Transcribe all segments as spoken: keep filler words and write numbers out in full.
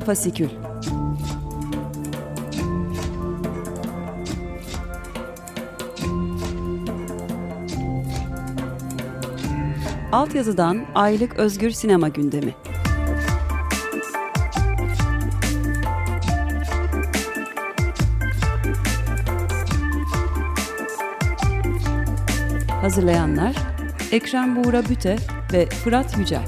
Fasikül. Altyazıdan aylık özgür sinema gündemi. Hazırlayanlar Ekrem Buğra Büte ve Fırat Yücel.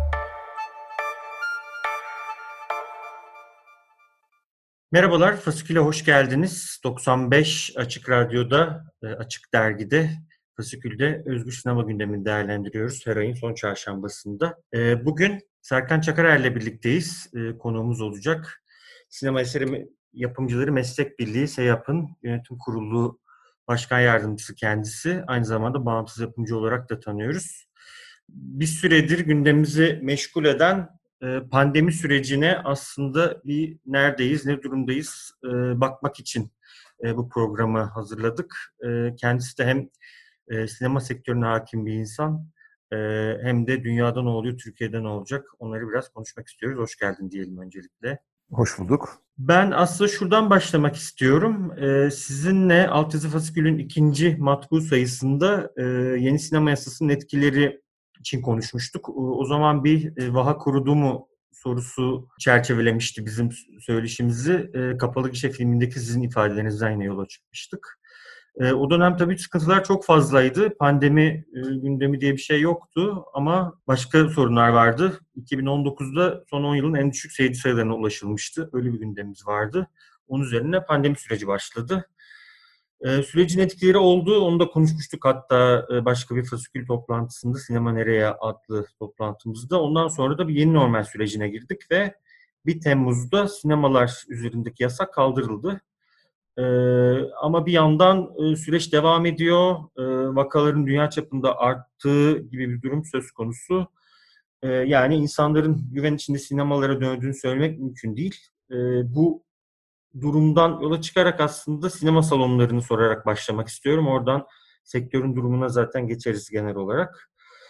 Merhabalar, Fasikül'e hoş geldiniz. doksan beş Açık Radyo'da, Açık Dergi'de, Fasikül'de Özgür Sinema gündemini değerlendiriyoruz her ayın son çarşambasında. Bugün Serkan Çakarer'le birlikteyiz. Konuğumuz olacak. Sinema Eseri Yapımcıları Meslek Birliği SEYAP'ın yönetim kurulu başkan yardımcısı kendisi. Aynı zamanda bağımsız yapımcı olarak da tanıyoruz. Bir süredir gündemimizi meşgul eden pandemi sürecine aslında bir neredeyiz, ne durumdayız bakmak için bu programı hazırladık. Kendisi de hem sinema sektörüne hakim bir insan hem de dünyada ne oluyor, Türkiye'de ne olacak onları biraz konuşmak istiyoruz. Hoş geldin diyelim öncelikle. Hoş bulduk. Ben aslında şuradan başlamak istiyorum. Sizinle Altyazı Fasikül'ün ikinci matbu sayısında yeni sinema yasasının etkileri için konuşmuştuk. O zaman bir vaha kurudu mu sorusu çerçevelemişti bizim söyleşimizi. Kapalı Gişe filmindeki sizin ifadelerinizden yine yola çıkmıştık. O dönem tabii sıkıntılar çok fazlaydı. Pandemi gündemi diye bir şey yoktu ama başka sorunlar vardı. iki bin on dokuzda son on yılın en düşük seyirci sayılarına ulaşılmıştı. Öyle bir gündemimiz vardı. Onun üzerine pandemi süreci başladı. Ee, sürecin etkileri oldu. Onu da konuşmuştuk hatta başka bir Fasikül toplantısında, Sinema Nereye adlı toplantımızda. Ondan sonra da bir yeni normal sürecine girdik ve bir Temmuz'da sinemalar üzerindeki yasak kaldırıldı. Ee, ama bir yandan e, süreç devam ediyor. E, vakaların dünya çapında arttığı gibi bir durum söz konusu. E, yani insanların güven içinde sinemalara döndüğünü söylemek mümkün değil. E, bu durumdan yola çıkarak aslında sinema salonlarını sorarak başlamak istiyorum. Oradan sektörün durumuna zaten geçeriz genel olarak.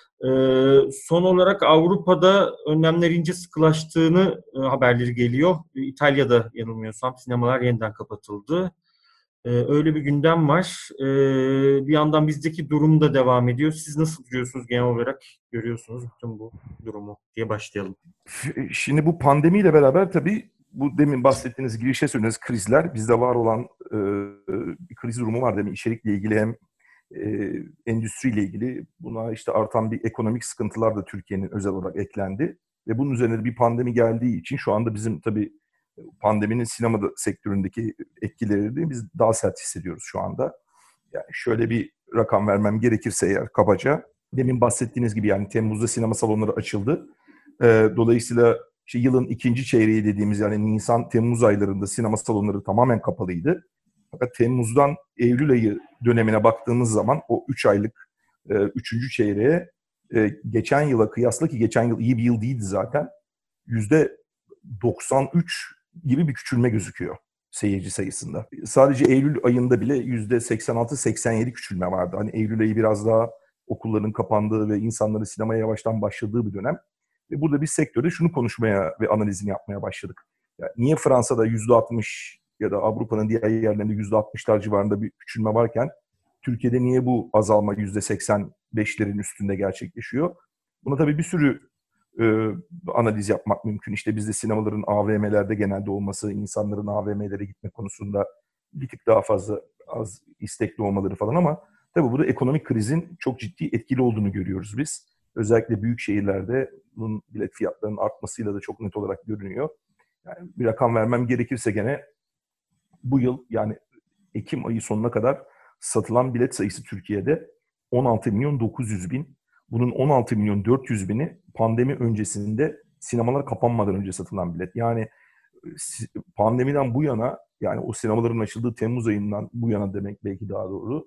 Ee, son olarak Avrupa'da önlemler ince sıkılaştığını e, haberleri geliyor. İtalya'da yanılmıyorsam sinemalar yeniden kapatıldı. Ee, öyle bir gündem var. Ee, bir yandan bizdeki durum da devam ediyor. Siz nasıl duruyorsunuz genel olarak? Görüyorsunuz bütün bu durumu diye başlayalım. Şimdi bu pandemiyle beraber tabii bu demin bahsettiğiniz girişe söylediğiniz krizler, bizde var olan e, bir kriz durumu var demin içerikle ilgili hem e, endüstriyle ilgili. Buna işte artan bir ekonomik sıkıntılar da Türkiye'nin özel olarak eklendi. Ve bunun üzerine bir pandemi geldiği için şu anda bizim tabii pandeminin sinema sektöründeki etkilerini biz daha sert hissediyoruz şu anda. Yani şöyle bir rakam vermem gerekirse eğer kabaca, demin bahsettiğiniz gibi yani Temmuz'da sinema salonları açıldı. E, dolayısıyla işte yılın ikinci çeyreği dediğimiz yani Nisan-Temmuz aylarında sinema salonları tamamen kapalıydı. Fakat Temmuz'dan Eylül ayı dönemine baktığımız zaman o üç aylık e, üçüncü çeyreğe e, geçen yıla kıyasla, ki geçen yıl iyi bir yıl değildi zaten, yüzde doksan üç gibi bir küçülme gözüküyor seyirci sayısında. Sadece Eylül ayında bile yüzde seksen altı seksen yedi küçülme vardı. Hani Eylül ayı biraz daha okulların kapandığı ve insanların sinemaya yavaştan başladığı bir dönem. Ve burada biz sektörde şunu konuşmaya ve analizini yapmaya başladık. Yani niye Fransa'da yüzde altmış ya da Avrupa'nın diğer yerlerinde yüzde altmışlar civarında bir küçülme varken Türkiye'de niye bu azalma yüzde seksen beşlerin üstünde gerçekleşiyor? Buna tabii bir sürü e, analiz yapmak mümkün. İşte bizde sinemaların A V M'lerde genelde olması, insanların A V M'lere gitme konusunda bir tık daha fazla az istekli olmaları falan, ama tabii burada ekonomik krizin çok ciddi etkili olduğunu görüyoruz biz. Özellikle büyük şehirlerde bunun bilet fiyatlarının artmasıyla da çok net olarak görünüyor. Yani bir rakam vermem gerekirse gene bu yıl yani Ekim ayı sonuna kadar satılan bilet sayısı Türkiye'de on altı milyon dokuz yüz bin. Bunun on altı milyon dört yüz bini pandemi öncesinde sinemalar kapanmadan önce satılan bilet. Yani pandemiden bu yana, yani o sinemaların açıldığı Temmuz ayından bu yana demek belki daha doğru,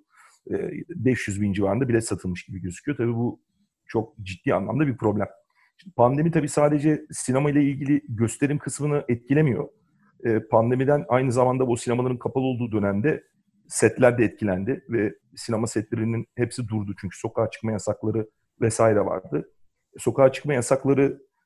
beş yüz bin civarında bilet satılmış gibi gözüküyor. Tabii bu çok ciddi anlamda bir problem. Şimdi pandemi tabii sadece sinema ile ilgili gösterim kısmını etkilemiyor. Ee, pandemiden aynı zamanda bu sinemaların kapalı olduğu dönemde setler de etkilendi ve sinema setlerinin hepsi durdu çünkü sokağa çıkma yasakları vesaire vardı. Sokağa çıkma yasakları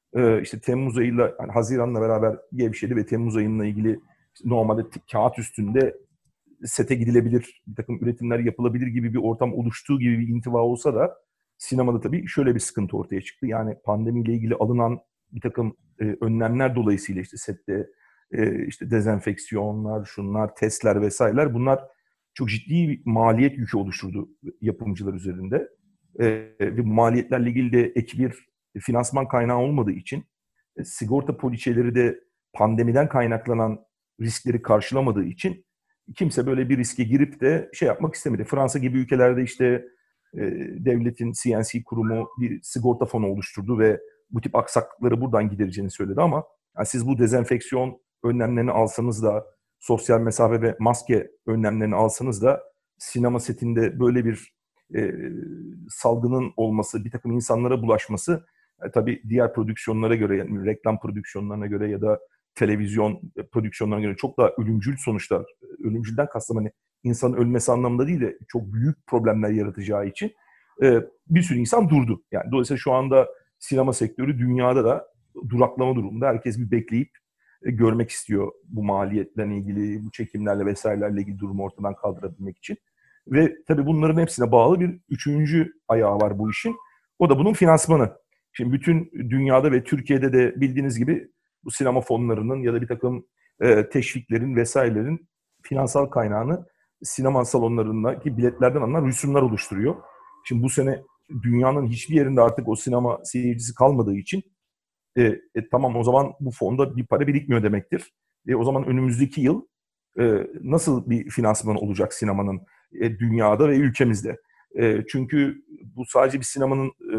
e, işte Temmuz ayıyla, yani Haziran'la beraber gevşedi ve Temmuz ayıyla ilgili işte normalde t- kağıt üstünde sete gidilebilir, bir takım üretimler yapılabilir gibi bir ortam oluştuğu gibi bir intiba olsa da sinemada tabii şöyle bir sıkıntı ortaya çıktı. Yani pandemiyle ilgili alınan bir takım e, önlemler dolayısıyla işte sette e, işte dezenfeksiyonlar, şunlar, testler vesaireler, bunlar çok ciddi bir maliyet yükü oluşturdu yapımcılar üzerinde. E, ve bu maliyetlerle ilgili de ek bir finansman kaynağı olmadığı için e, sigorta poliçeleri de pandemiden kaynaklanan riskleri karşılamadığı için kimse böyle bir riske girip de şey yapmak istemedi. Fransa gibi ülkelerde işte e, devletin C N C kurumu bir sigorta fonu oluşturdu ve bu tip aksaklıkları buradan gidereceğini söyledi ama yani siz bu dezenfeksiyon önlemlerini alsanız da, sosyal mesafe ve maske önlemlerini alsanız da sinema setinde böyle bir e, salgının olması, bir takım insanlara bulaşması e, tabii diğer prodüksiyonlara göre, yani reklam prodüksiyonlarına göre ya da televizyon prodüksiyonlarına göre çok daha ölümcül sonuçlar, ölümcülden kastım hani insanın ölmesi anlamında değil de çok büyük problemler yaratacağı için e, bir sürü insan durdu. Yani dolayısıyla şu anda sinema sektörü dünyada da duraklama durumunda. Herkes bir bekleyip e, görmek istiyor bu maliyetlerle ilgili, bu çekimlerle vesairelerle ilgili durumu ortadan kaldırabilmek için. Ve tabii bunların hepsine bağlı bir üçüncü ayağı var bu işin. O da bunun finansmanı. Şimdi bütün dünyada ve Türkiye'de de bildiğiniz gibi bu sinema fonlarının ya da bir takım e, teşviklerin vesairelerin finansal kaynağını sinema salonlarındaki biletlerden alınan rüsumlar oluşturuyor. Şimdi bu sene dünyanın hiçbir yerinde artık o sinema seyircisi kalmadığı için e, e, tamam o zaman bu fonda bir para birikmiyor demektir. E, o zaman önümüzdeki yıl e, nasıl bir finansman olacak sinemanın e, dünyada ve ülkemizde? E, çünkü bu sadece bir sinemanın e,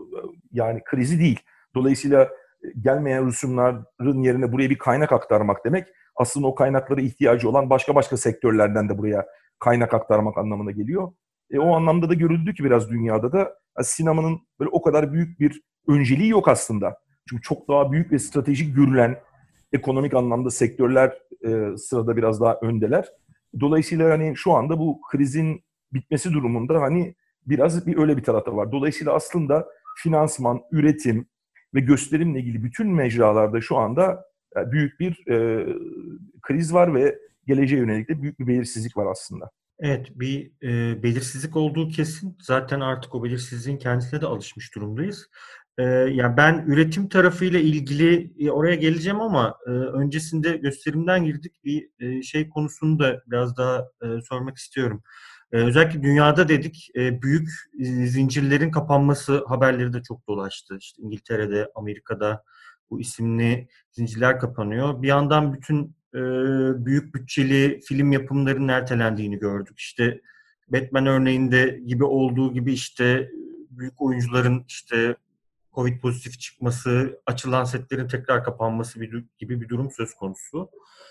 yani krizi değil. Dolayısıyla gelmeyen rüsumların yerine buraya bir kaynak aktarmak demek aslında o kaynaklara ihtiyacı olan başka başka sektörlerden de buraya kaynak aktarmak anlamına geliyor. E, o anlamda da görüldü ki biraz dünyada da sinemanın böyle o kadar büyük bir önceliği yok aslında. Çünkü çok daha büyük ve stratejik görülen ekonomik anlamda sektörler e, sırada biraz daha öndeler. Dolayısıyla hani şu anda bu krizin bitmesi durumunda hani biraz bir öyle bir tarafı var. Dolayısıyla aslında finansman, üretim ve gösterimle ilgili bütün mecralarda şu anda büyük bir e, kriz var ve geleceğe yönelik de büyük bir belirsizlik var aslında. Evet, bir e, belirsizlik olduğu kesin. Zaten artık o belirsizliğin kendisine de alışmış durumdayız. E, yani ben üretim tarafıyla ilgili e, oraya geleceğim ama e, öncesinde gösterimden girdik. Bir e, şey konusunu da biraz daha e, sormak istiyorum. E, özellikle dünyada dedik e, büyük e, zincirlerin kapanması haberleri de çok dolaştı. İşte İngiltere'de, Amerika'da bu isimli zincirler kapanıyor. Bir yandan bütün e, büyük bütçeli film yapımlarının ertelendiğini gördük. İşte Batman örneğinde gibi olduğu gibi işte büyük oyuncuların işte Covid pozitif çıkması, açılan setlerin tekrar kapanması gibi bir durum söz konusu.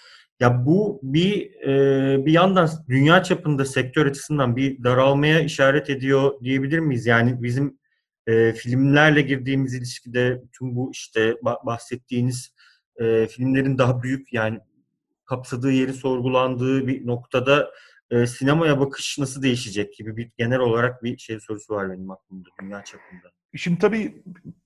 Ya bu bir e, bir yandan dünya çapında sektör açısından bir daralmaya işaret ediyor diyebilir miyiz? Yani bizim e, filmlerle girdiğimiz ilişkide tüm bu işte bahsettiğiniz e, filmlerin daha büyük yani kapsadığı yeri sorgulandığı bir noktada e, sinemaya bakış nasıl değişecek gibi bir genel olarak bir şey sorusu var benim aklımda dünya çapında. Şimdi tabii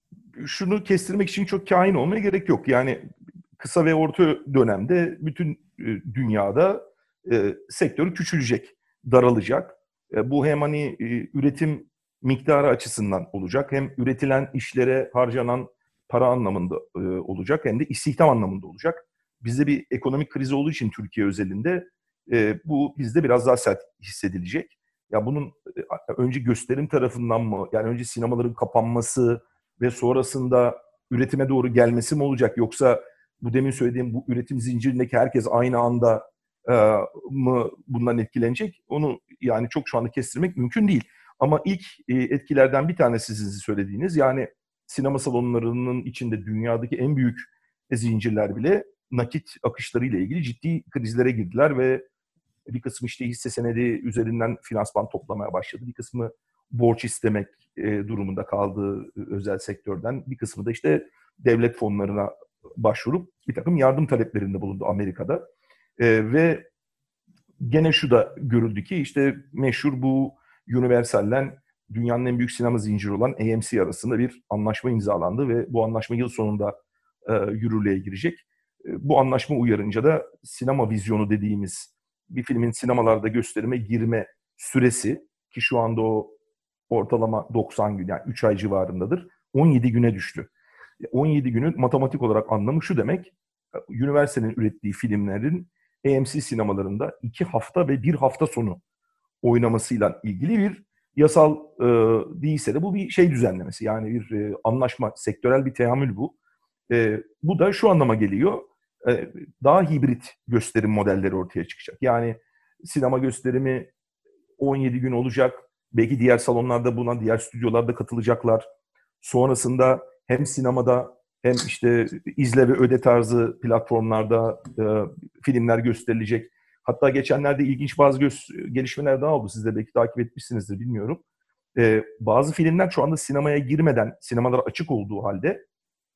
şunu kestirmek için çok kahin olmaya gerek yok. Yani kısa ve orta dönemde bütün e, dünyada e, sektör küçülecek, daralacak. E, bu hem hani e, üretim miktarı açısından olacak, hem üretilen işlere harcanan para anlamında e, olacak, hem de istihdam anlamında olacak. Bizde bir ekonomik kriz olduğu için Türkiye özelinde e, bu bizde biraz daha sert hissedilecek. Ya bunun e, önce gösterim tarafından mı, yani önce sinemaların kapanması ve sonrasında üretime doğru gelmesi mi olacak, yoksa bu demin söylediğim bu üretim zincirindeki herkes aynı anda e, mı bundan etkilenecek? Onu yani çok şu anda kestirmek mümkün değil. Ama ilk e, etkilerden bir tanesi sizin söylediğiniz, yani sinema salonlarının içinde dünyadaki en büyük zincirler bile nakit akışlarıyla ilgili ciddi krizlere girdiler ve bir kısmı işte hisse senedi üzerinden finansman toplamaya başladı. Bir kısmı borç istemek e, durumunda kaldığı özel sektörden. Bir kısmı da işte devlet fonlarına başvurup bir takım yardım taleplerinde bulundu Amerika'da. E, ve gene şu da görüldü ki işte meşhur bu Universal'den dünyanın en büyük sinema zinciri olan A M C arasında bir anlaşma imzalandı ve bu anlaşma yıl sonunda e, yürürlüğe girecek. E, bu anlaşma uyarınca da sinema vizyonu dediğimiz bir filmin sinemalarda gösterime girme süresi, ki şu anda o ortalama doksan gün, yani üç ay civarındadır, on yedi güne düştü. on yedi günün matematik olarak anlamı şu demek: Universal'in ürettiği filmlerin A M C sinemalarında iki hafta ve bir hafta sonu oynamasıyla ilgili bir yasal e, değilse de bu bir şey düzenlemesi. Yani bir e, anlaşma, sektörel bir teamül bu. E, bu da şu anlama geliyor: e, daha hibrit gösterim modelleri ortaya çıkacak. Yani sinema gösterimi on yedi gün olacak. Belki diğer salonlarda buna, diğer stüdyolarda katılacaklar. Sonrasında hem sinemada hem işte izle ve öde tarzı platformlarda e, filmler gösterilecek. Hatta geçenlerde ilginç bazı gö- gelişmeler daha oldu. Siz de belki takip etmişsinizdir, bilmiyorum. E, bazı filmler şu anda sinemaya girmeden, sinemalar açık olduğu halde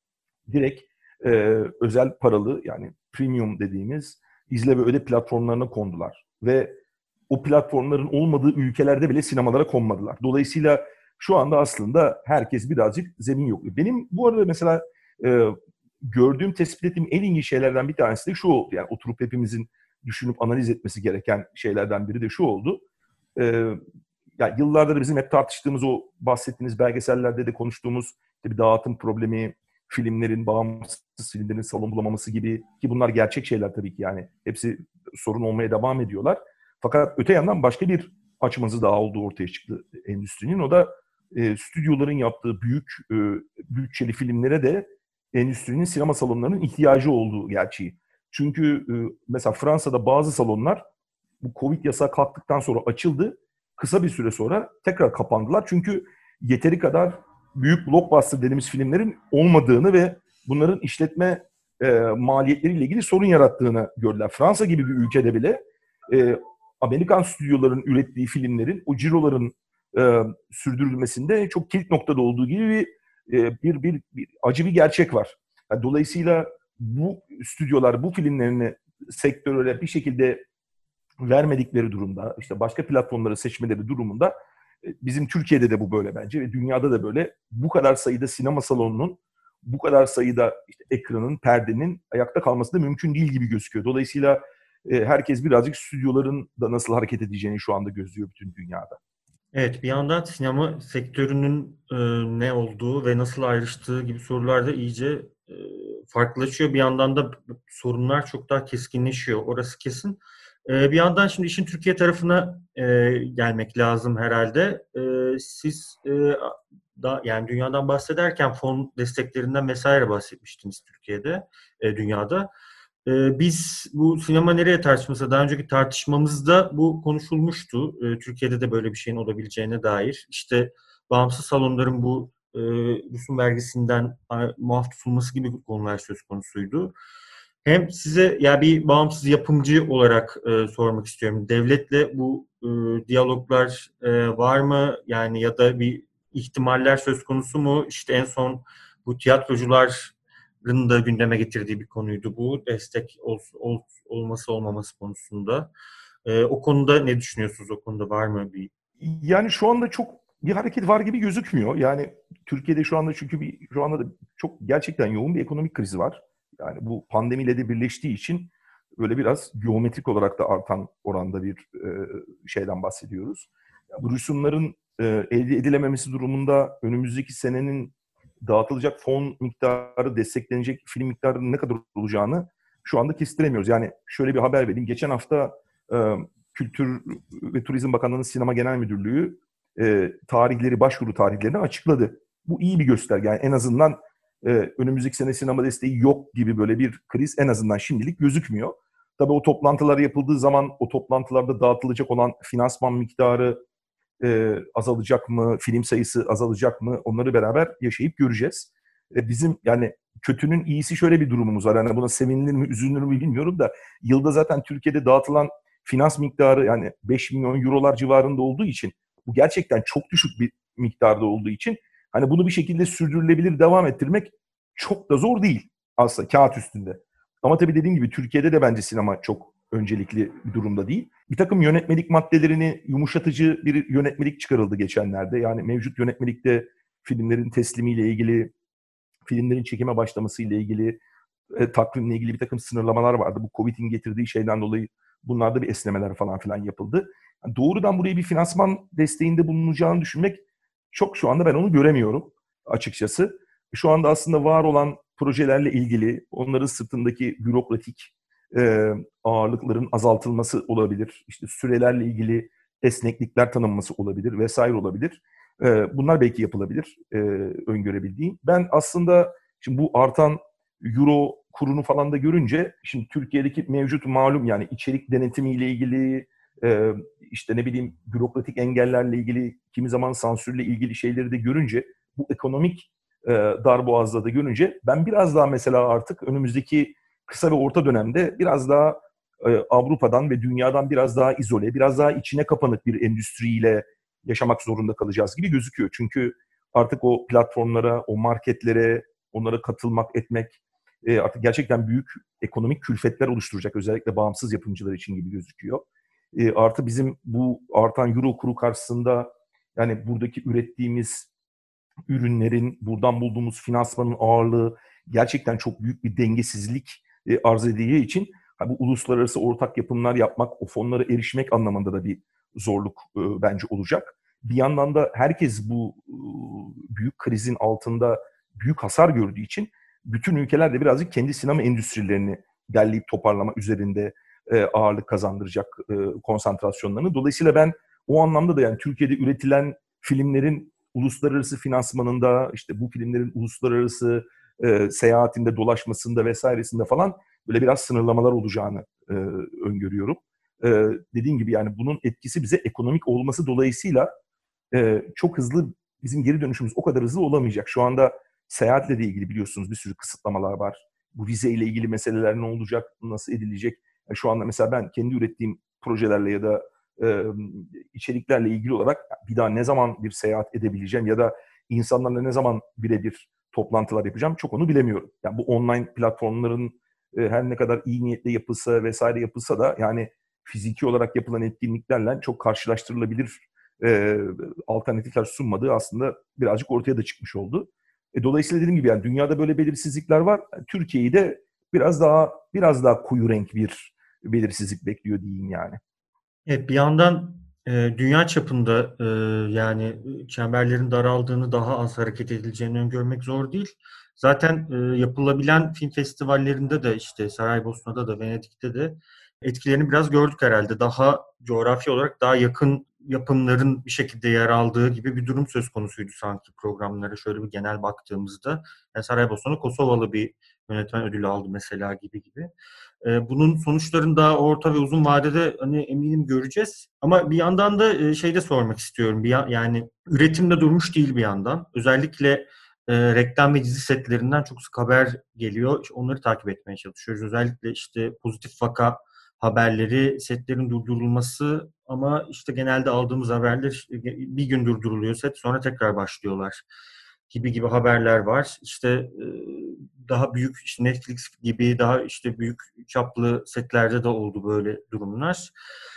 direkt e, özel paralı, yani premium dediğimiz izle ve öde platformlarına kondular. Ve o platformların olmadığı ülkelerde bile sinemalara konmadılar. Dolayısıyla şu anda aslında herkes birazcık zemin yokluyor. Benim bu arada mesela e, gördüğüm, tespit ettiğim en ilginç şeylerden bir tanesi de şu oldu. Yani oturup hepimizin düşünüp analiz etmesi gereken şeylerden biri de şu oldu. E, yani yıllardır bizim hep tartıştığımız, o bahsettiğiniz belgesellerde de konuştuğumuz işte bir dağıtım problemi, filmlerin, bağımsız filmlerin salon bulamaması gibi, ki bunlar gerçek şeyler tabii ki, yani hepsi sorun olmaya devam ediyorlar. Fakat öte yandan başka bir açmazı daha olduğu ortaya çıktı endüstrinin. O da e, stüdyoların yaptığı büyük e, bütçeli filmlere de endüstrinin sinema salonlarının ihtiyacı olduğu gerçeği. Çünkü e, mesela Fransa'da bazı salonlar bu Covid yasağı kalktıktan sonra açıldı. Kısa bir süre sonra tekrar kapandılar. Çünkü yeteri kadar büyük blockbuster dediğimiz filmlerin olmadığını ve bunların işletme e, maliyetleriyle ilgili sorun yarattığını gördüler. Fransa gibi bir ülkede bile e, Amerikan stüdyoların ürettiği filmlerin o ciroların e, sürdürülmesinde çok kilit noktada olduğu gibi bir, e, bir, bir, bir acı bir gerçek var. Yani dolayısıyla bu stüdyolar bu filmlerini sektöre bir şekilde vermedikleri durumda, işte başka platformları seçmeleri durumunda, bizim Türkiye'de de bu böyle bence ve dünyada da böyle, bu kadar sayıda sinema salonunun, bu kadar sayıda işte ekranın, perdenin ayakta kalması da mümkün değil gibi gözüküyor. Dolayısıyla e, herkes birazcık stüdyoların da nasıl hareket edeceğini şu anda gözlüyor bütün dünyada. Evet, bir yandan sinema sektörünün e, ne olduğu ve nasıl ayrıştığı gibi sorular da iyice e, farklılaşıyor. Bir yandan da sorunlar çok daha keskinleşiyor. Orası kesin. E, bir yandan şimdi işin Türkiye tarafına e, gelmek lazım herhalde. E, siz e, da yani dünyadan bahsederken fon desteklerinden vesaire bahsetmiştiniz Türkiye'de, e, dünyada. Ee, Biz bu sinema nereye tartışması, daha önceki tartışmamızda bu konuşulmuştu. Ee, Türkiye'de de böyle bir şeyin olabileceğine dair. İşte bağımsız salonların bu e, rüsum vergisinden e, muaf tutulması gibi konular söz konusuydu. Hem size ya bir bağımsız yapımcı olarak e, sormak istiyorum. Devletle bu e, diyaloglar e, var mı? Yani ya da bir ihtimaller söz konusu mu? İşte en son bu tiyatrocular da gündeme getirdiği bir konuydu bu. Destek ol, ol, olması olmaması konusunda. Ee, o konuda ne düşünüyorsunuz? O konuda var mı bir... Yani şu anda çok bir hareket var gibi gözükmüyor. Yani Türkiye'de şu anda, çünkü bir, şu anda da çok gerçekten yoğun bir ekonomik krizi var. Yani bu pandemiyle de birleştiği için böyle biraz geometrik olarak da artan oranda bir e, şeyden bahsediyoruz. Ya bu rüsumların e, elde edilememesi durumunda önümüzdeki senenin dağıtılacak fon miktarı, desteklenecek film miktarının ne kadar olacağını şu anda kestiremiyoruz. Yani şöyle bir haber vereyim. Geçen hafta e, Kültür ve Turizm Bakanlığı'nın Sinema Genel Müdürlüğü e, tarihleri, başvuru tarihlerini açıkladı. Bu iyi bir gösterge. Yani en azından e, önümüzdeki sene sinema desteği yok gibi böyle bir kriz en azından şimdilik gözükmüyor. Tabii o toplantılar yapıldığı zaman o toplantılarda dağıtılacak olan finansman miktarı e, azalacak mı, film sayısı azalacak mı, onları beraber yaşayıp göreceğiz. E, bizim yani kötünün iyisi şöyle bir durumumuz var. Yani buna sevinilir mi, üzülür mü bilmiyorum da yılda zaten Türkiye'de dağıtılan finans miktarı yani beş milyon eurolar civarında olduğu için, bu gerçekten çok düşük bir miktarda olduğu için hani bunu bir şekilde sürdürülebilir devam ettirmek çok da zor değil aslında kağıt üstünde. Ama tabii dediğim gibi Türkiye'de de bence sinema çok öncelikli bir durumda değil. Bir takım yönetmelik maddelerini yumuşatıcı bir yönetmelik çıkarıldı geçenlerde. Yani mevcut yönetmelikte filmlerin teslimiyle ilgili, filmlerin çekime başlamasıyla ilgili, e, takvimle ilgili bir takım sınırlamalar vardı. Bu Covid'in getirdiği şeyden dolayı bunlarda bir esnemeler falan filan yapıldı. Yani doğrudan buraya bir finansman desteğinde bulunacağını düşünmek çok, şu anda ben onu göremiyorum açıkçası. Şu anda aslında var olan projelerle ilgili onların sırtındaki bürokratik e, ağırlıkların azaltılması olabilir. İşte sürelerle ilgili esneklikler tanınması olabilir vesaire olabilir. E, bunlar belki yapılabilir e, öngörebildiğim. Ben aslında şimdi bu artan euro kurunu falan da görünce, şimdi Türkiye'deki mevcut malum yani içerik denetimiyle ilgili, e, işte ne bileyim bürokratik engellerle ilgili, kimi zaman sansürle ilgili şeyleri de görünce, bu ekonomik e, darboğazda da görünce ben biraz daha mesela artık önümüzdeki kısa ve orta dönemde biraz daha e, Avrupa'dan ve dünyadan biraz daha izole, biraz daha içine kapanık bir endüstriyle yaşamak zorunda kalacağız gibi gözüküyor. Çünkü artık o platformlara, o marketlere, onlara katılmak, etmek e, artık gerçekten büyük ekonomik külfetler oluşturacak, özellikle bağımsız yapımcılar için gibi gözüküyor. E, artı bizim bu artan euro kuru karşısında yani buradaki ürettiğimiz ürünlerin, buradan bulduğumuz finansmanın ağırlığı gerçekten çok büyük bir dengesizlik e, arz edeceği için ha, bu uluslararası ortak yapımlar yapmak, o fonlara erişmek anlamında da bir zorluk e, bence olacak. Bir yandan da herkes bu e, büyük krizin altında büyük hasar gördüğü için bütün ülkeler de birazcık kendi sinema endüstrilerini derleyip toparlama üzerinde e, ağırlık kazandıracak e, konsantrasyonlarını. Dolayısıyla ben o anlamda da yani Türkiye'de üretilen filmlerin uluslararası finansmanında, işte bu filmlerin uluslararası e, seyahatinde, dolaşmasında vesairesinde falan böyle biraz sınırlamalar olacağını e, öngörüyorum. E, dediğim gibi yani bunun etkisi bize ekonomik olması dolayısıyla e, çok hızlı, bizim geri dönüşümüz o kadar hızlı olamayacak. Şu anda seyahatle de ilgili biliyorsunuz bir sürü kısıtlamalar var. Bu vize ile ilgili meseleler ne olacak, nasıl edilecek? Yani şu anda mesela ben kendi ürettiğim projelerle ya da e, içeriklerle ilgili olarak bir daha ne zaman bir seyahat edebileceğim ya da insanlarla ne zaman birebir toplantılar yapacağım çok onu bilemiyorum. Yani bu online platformların e, her ne kadar iyi niyetle yapılsa vesaire yapılsa da yani fiziki olarak yapılan etkinliklerle çok karşılaştırılabilir e, alternatifler sunmadığı aslında birazcık ortaya da çıkmış oldu. E, dolayısıyla dediğim gibi yani dünyada böyle belirsizlikler var. Türkiye'yi de biraz daha biraz daha koyu renk bir belirsizlik bekliyor diyeyim yani. Evet, bir yandan e, dünya çapında e, yani çemberlerin daraldığını, daha az hareket edileceğini öngörmek zor değil. Zaten e, yapılabilen film festivallerinde de işte Saraybosna'da da Venedik'te de etkilerini biraz gördük herhalde. Daha coğrafi olarak daha yakın yapımların bir şekilde yer aldığı gibi bir durum söz konusuydu sanki programlara şöyle bir genel baktığımızda. Yani Saraybosna'da Kosovalı bir yönetmen ödülü aldı mesela gibi gibi. Bunun sonuçlarını daha orta ve uzun vadede hani eminim göreceğiz. Ama bir yandan da şey de sormak istiyorum. Bir yani üretim de durmuş değil bir yandan. Özellikle e, reklam ve dizi setlerinden çok sık haber geliyor. İşte onları takip etmeye çalışıyoruz. Özellikle işte pozitif vaka haberleri, setlerin durdurulması ama işte genelde aldığımız haberler bir gün durduruluyor set, sonra tekrar başlıyorlar gibi gibi haberler var. İşte daha büyük işte Netflix gibi daha işte büyük çaplı setlerde de oldu böyle durumlar.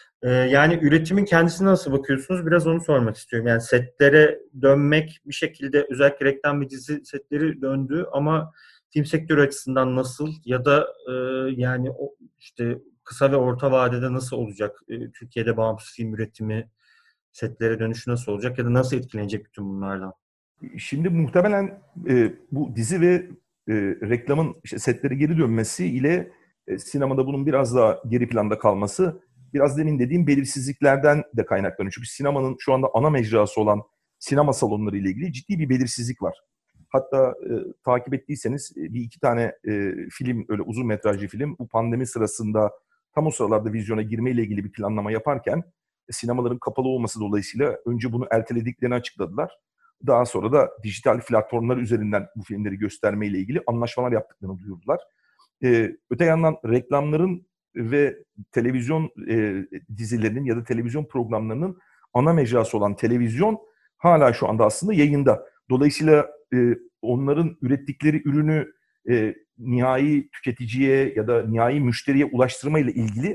Yani üretimin kendisine nasıl bakıyorsunuz? Biraz onu sormak istiyorum. Yani setlere dönmek bir şekilde özellikle reklam ve dizi setleri döndü ama film sektörü açısından nasıl ya da yani o işte kısa ve orta vadede nasıl olacak? Türkiye'de bağımsız film üretimi, setlere dönüşü nasıl olacak ya da nasıl etkilenecek bütün bunlardan? Şimdi muhtemelen e, bu dizi ve e, reklamın işte setlere geri dönmesi ile e, sinemada bunun biraz daha geri planda kalması biraz demin dediğim belirsizliklerden de kaynaklanıyor. Çünkü sinemanın şu anda ana mecrası olan sinema salonları ile ilgili ciddi bir belirsizlik var. Hatta e, takip ettiyseniz e, bir iki tane e, film, öyle uzun metrajlı film bu pandemi sırasında tam o sıralarda vizyona girmeyle ilgili bir planlama yaparken e, sinemaların kapalı olması dolayısıyla önce bunu ertelediklerini açıkladılar. Daha sonra da dijital platformlar üzerinden bu filmleri göstermeyle ilgili anlaşmalar yaptıklarını duyurdular. Ee, öte yandan reklamların ve televizyon e, dizilerinin ya da televizyon programlarının ana mecrası olan televizyon hala şu anda aslında yayında. Dolayısıyla e, onların ürettikleri ürünü e, nihai tüketiciye ya da nihai müşteriye ulaştırma ile ilgili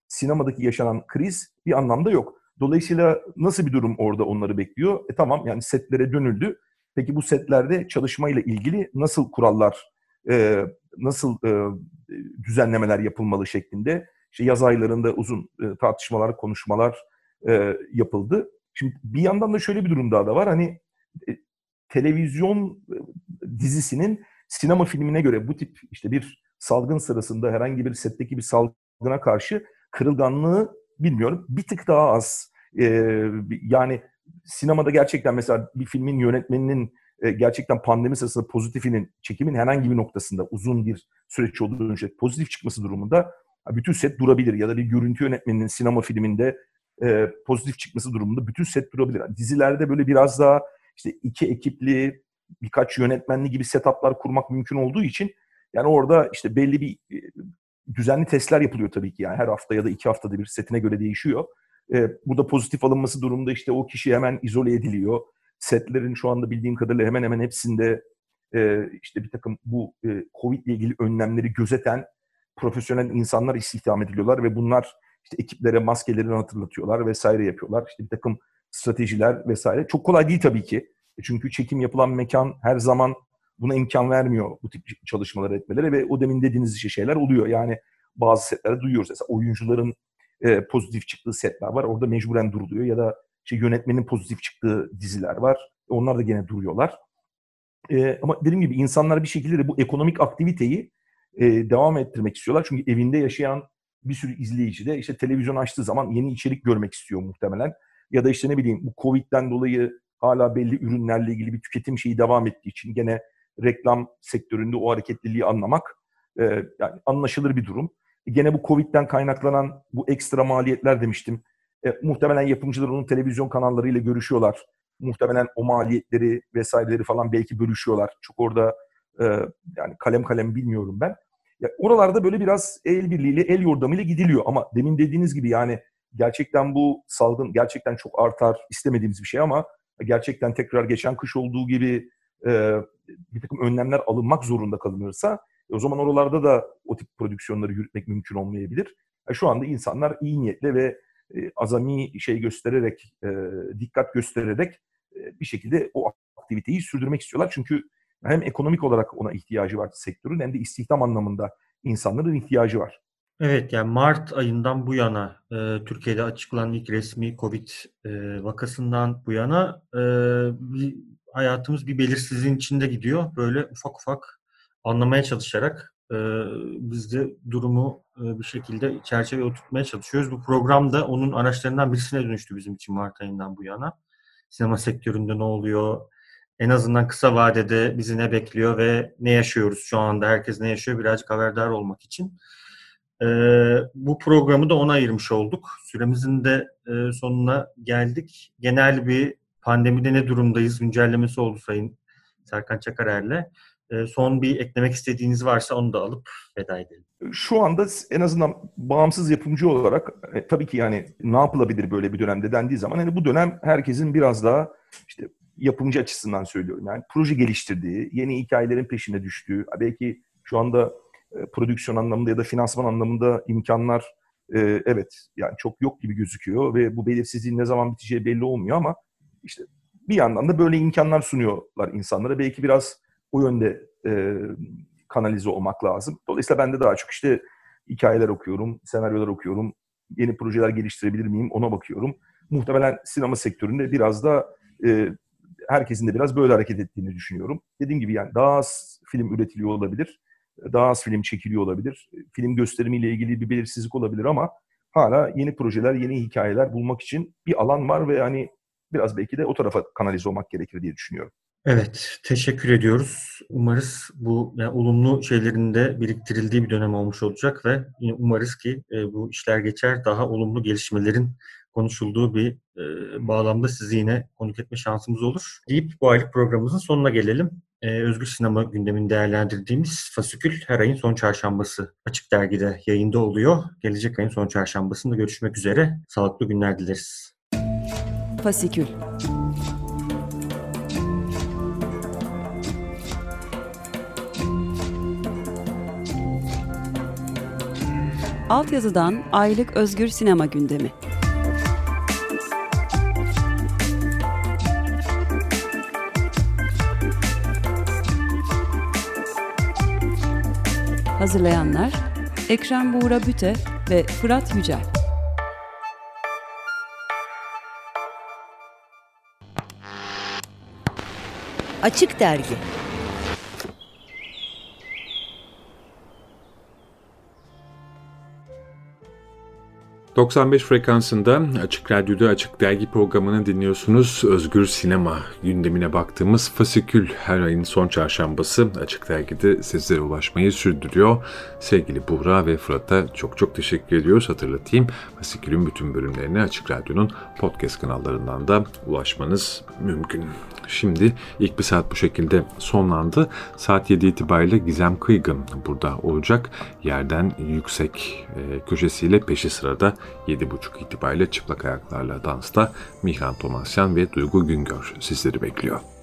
sinemadaki yaşanan kriz bir anlamda yok. Dolayısıyla nasıl bir durum orada onları bekliyor? E tamam, yani setlere dönüldü. Peki bu setlerde çalışmayla ilgili nasıl kurallar, e, nasıl e, düzenlemeler yapılmalı şeklinde işte yaz aylarında uzun e, tartışmalar, konuşmalar e, yapıldı. Şimdi bir yandan da şöyle bir durum daha da var. Hani e, televizyon dizisinin sinema filmine göre bu tip işte bir salgın sırasında herhangi bir setteki bir salgına karşı kırılganlığı bilmiyorum bir tık daha az. Ee, yani sinemada gerçekten mesela bir filmin yönetmeninin e, gerçekten pandemi sırasında pozitifinin çekimin herhangi bir noktasında uzun bir süreç olduğu için pozitif çıkması durumunda bütün set durabilir ya da bir görüntü yönetmeninin sinema filminde e, pozitif çıkması durumunda bütün set durabilir. Yani dizilerde böyle biraz daha işte iki ekipli birkaç yönetmenli gibi setuplar kurmak mümkün olduğu için yani orada işte belli bir düzenli testler yapılıyor tabii ki, yani her hafta ya da iki haftada bir setine göre değişiyor. Ee, burada pozitif alınması durumunda işte o kişi hemen izole ediliyor. Setlerin şu anda bildiğim kadarıyla hemen hemen hepsinde e, işte bir takım bu e, Covid ile ilgili önlemleri gözeten profesyonel insanlar istihdam ediliyorlar ve bunlar işte ekiplere maskelerini hatırlatıyorlar vesaire yapıyorlar. İşte bir takım stratejiler vesaire. Çok kolay değil tabii ki. Çünkü çekim yapılan mekan her zaman buna imkan vermiyor bu tip çalışmaları etmeleri ve o demin dediğiniz şeyler oluyor. Yani bazı setlerde duyuyoruz. Mesela oyuncuların e, pozitif çıktığı setler var. Orada mecburen duruluyor. Ya da işte yönetmenin pozitif çıktığı diziler var. Onlar da gene duruyorlar. E, ama dediğim gibi insanlar bir şekilde de bu ekonomik aktiviteyi e, devam ettirmek istiyorlar. Çünkü evinde yaşayan bir sürü izleyici de işte televizyon açtığı zaman yeni içerik görmek istiyor muhtemelen. Ya da işte ne bileyim bu Covid'den dolayı hala belli ürünlerle ilgili bir tüketim şeyi devam ettiği için gene reklam sektöründe o hareketliliği anlamak e, yani anlaşılır bir durum. E, gene bu Covid'den kaynaklanan bu ekstra maliyetler demiştim. E, muhtemelen yapımcılar onun televizyon kanallarıyla görüşüyorlar. Muhtemelen o maliyetleri vesaireleri falan belki bölüşüyorlar. Çok orada e, yani kalem kalem bilmiyorum ben. Ya, oralarda böyle biraz el birliğiyle, el yordamıyla gidiliyor. Ama demin dediğiniz gibi yani gerçekten bu salgın gerçekten çok artar, istemediğimiz bir şey ama gerçekten tekrar geçen kış olduğu gibi e, bir takım önlemler alınmak zorunda kalınırsa e, o zaman oralarda da o tip prodüksiyonları yürütmek mümkün olmayabilir. E, şu anda insanlar iyi niyetle ve e, azami şey göstererek, e, dikkat göstererek e, bir şekilde o aktiviteyi sürdürmek istiyorlar. Çünkü hem ekonomik olarak ona ihtiyacı var sektörün hem de istihdam anlamında insanların ihtiyacı var. Evet, yani Mart ayından bu yana e, Türkiye'de açıklanan ilk resmi Covid e, vakasından bu yana e, bir, hayatımız bir belirsizliğin içinde gidiyor. Böyle ufak ufak anlamaya çalışarak e, biz de durumu e, bir şekilde çerçeveye oturtmaya çalışıyoruz. Bu program da onun araçlarından birisine dönüştü bizim için Mart ayından bu yana. Sinema sektöründe ne oluyor? En azından kısa vadede bizi ne bekliyor ve ne yaşıyoruz şu anda? Herkes ne yaşıyor? Birazcık haberdar olmak için. Ee, bu programı da ona ayırmış olduk. Süremizin de e, sonuna geldik. Genel bir pandemide ne durumdayız güncellemesi oldu Sayın Serkan Çakarer'le. E, son bir eklemek istediğiniz varsa onu da alıp veda edelim. Şu anda en azından bağımsız yapımcı olarak e, tabii ki yani ne yapılabilir böyle bir dönemde dendiği zaman hani bu dönem herkesin biraz daha işte yapımcı açısından söylüyorum. Yani proje geliştirdiği, yeni hikayelerin peşine düştüğü, belki şu anda e, prodüksiyon anlamında ya da finansman anlamında imkanlar e, evet yani çok yok gibi gözüküyor ve bu belirsizliğin ne zaman biteceği belli olmuyor ama işte bir yandan da böyle imkanlar sunuyorlar insanlara. Belki biraz o yönde e, kanalize olmak lazım. Dolayısıyla ben de daha çok işte hikayeler okuyorum, senaryolar okuyorum, yeni projeler geliştirebilir miyim ona bakıyorum. Muhtemelen sinema sektöründe biraz da e, herkesin de biraz böyle hareket ettiğini düşünüyorum. Dediğim gibi yani daha az film üretiliyor olabilir, daha az film çekiliyor olabilir, film gösterimiyle ilgili bir belirsizlik olabilir ama hala yeni projeler, yeni hikayeler bulmak için bir alan var ve hani biraz belki de o tarafa kanalize olmak gerekir diye düşünüyorum. Evet, teşekkür ediyoruz. Umarız bu yani olumlu şeylerin de biriktirildiği bir dönem olmuş olacak ve yine umarız ki e, bu işler geçer, daha olumlu gelişmelerin konuşulduğu bir e, bağlamda sizi yine konuk etme şansımız olur deyip bu aylık programımızın sonuna gelelim. E, Özgür Sinema gündemini değerlendirdiğimiz Fasikül her ayın son çarşambası Açık Dergi'de yayında oluyor. Gelecek ayın son çarşambasında görüşmek üzere. Sağlıklı günler dileriz. Fasikül. Altyazıdan aylık özgür sinema gündemi. Hazırlayanlar Ekrem Buğra Büte ve Fırat Yücel. Açık Dergi. doksan beş frekansında Açık Radyo'da Açık Dergi programını dinliyorsunuz. Özgür sinema gündemine baktığımız Fasikül her ayın son çarşambası Açık Dergi'de sizlere ulaşmayı sürdürüyor. Sevgili Buğra ve Fırat'a çok çok teşekkür ediyoruz. Hatırlatayım, Fasikül'ün bütün bölümlerini Açık Radyo'nun podcast kanallarından da ulaşmanız mümkün. Şimdi ilk bir saat bu şekilde sonlandı. Saat yedi itibariyle Gizem Kıygın burada olacak. Yerden Yüksek e, köşesiyle peşi sırada yedi buçuk itibariyle Çıplak Ayaklarla Dans'ta Mihran Tomasyan ve Duygu Güngör sizleri bekliyor.